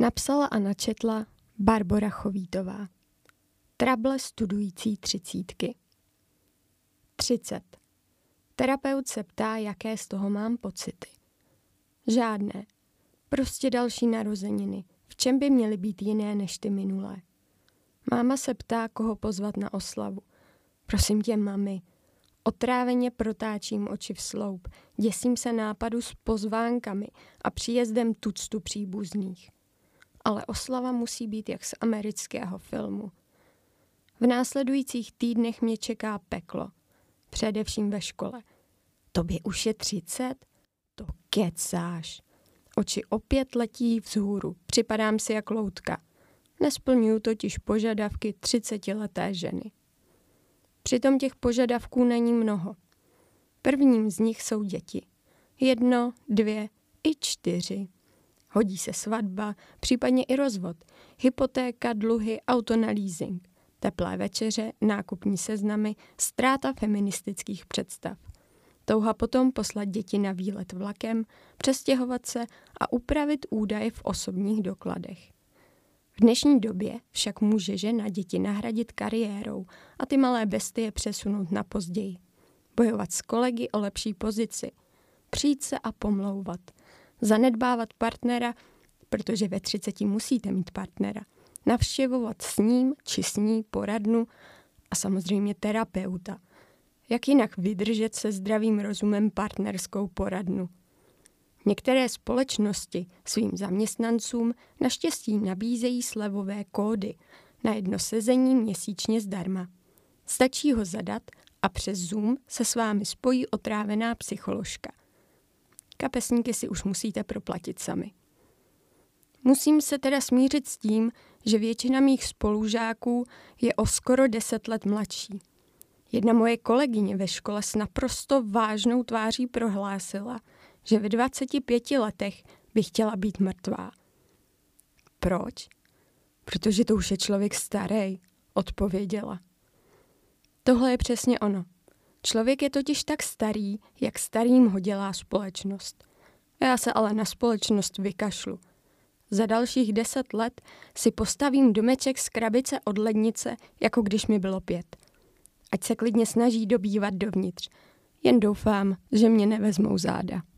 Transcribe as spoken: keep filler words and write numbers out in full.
Napsala a načetla Barbora Chovítová. Trable studující třicítky. třicet. Terapeut se ptá, jaké z toho mám pocity. Žádné. Prostě další narozeniny. V čem by měly být jiné než ty minulé? Máma se ptá, koho pozvat na oslavu. Prosím tě, mami. Otráveně protáčím oči v sloup, děsím se nápadu s pozvánkami a příjezdem tuctu příbuzných. Ale oslava musí být jak z amerického filmu. V následujících týdnech mě čeká peklo. Především ve škole. Tobě už je třicet? To kecáš. Oči opět letí vzhůru. Připadám si jak loutka. Nesplňuju totiž požadavky třicetileté ženy. Přitom těch požadavků není mnoho. Prvním z nich jsou děti. Jedno, dvě i čtyři. Hodí se svatba, případně i rozvod, hypotéka, dluhy, auto na leasing, teplé večeře, nákupní seznamy, ztráta feministických představ. Touha potom poslat děti na výlet vlakem, přestěhovat se a upravit údaje v osobních dokladech. V dnešní době však může žena děti nahradit kariérou a ty malé bestie přesunout na později. Bojovat s kolegy o lepší pozici. Přijít se a pomlouvat. Zanedbávat partnera, protože ve třiceti musíte mít partnera. Navštěvovat s ním či s ní poradnu a samozřejmě terapeuta. Jak jinak vydržet se zdravým rozumem partnerskou poradnu? Některé společnosti svým zaměstnancům naštěstí nabízejí slevové kódy na jedno sezení měsíčně zdarma. Stačí ho zadat a přes Zoom se s vámi spojí otrávená psycholožka. Kapesníky si už musíte proplatit sami. Musím se teda smířit s tím, že většina mých spolužáků je o skoro deset let mladší. Jedna moje kolegyně ve škole s naprosto vážnou tváří prohlásila, že ve dvaceti pěti letech by chtěla být mrtvá. Proč? Protože to už je člověk starý, odpověděla. Tohle je přesně ono. Člověk je totiž tak starý, jak starým ho dělá společnost. Já se ale na společnost vykašlu. Za dalších deset let si postavím domeček z krabice od lednice, jako když mi bylo pět. Ať se klidně snaží dobývat dovnitř. Jen doufám, že mě nevezmou záda.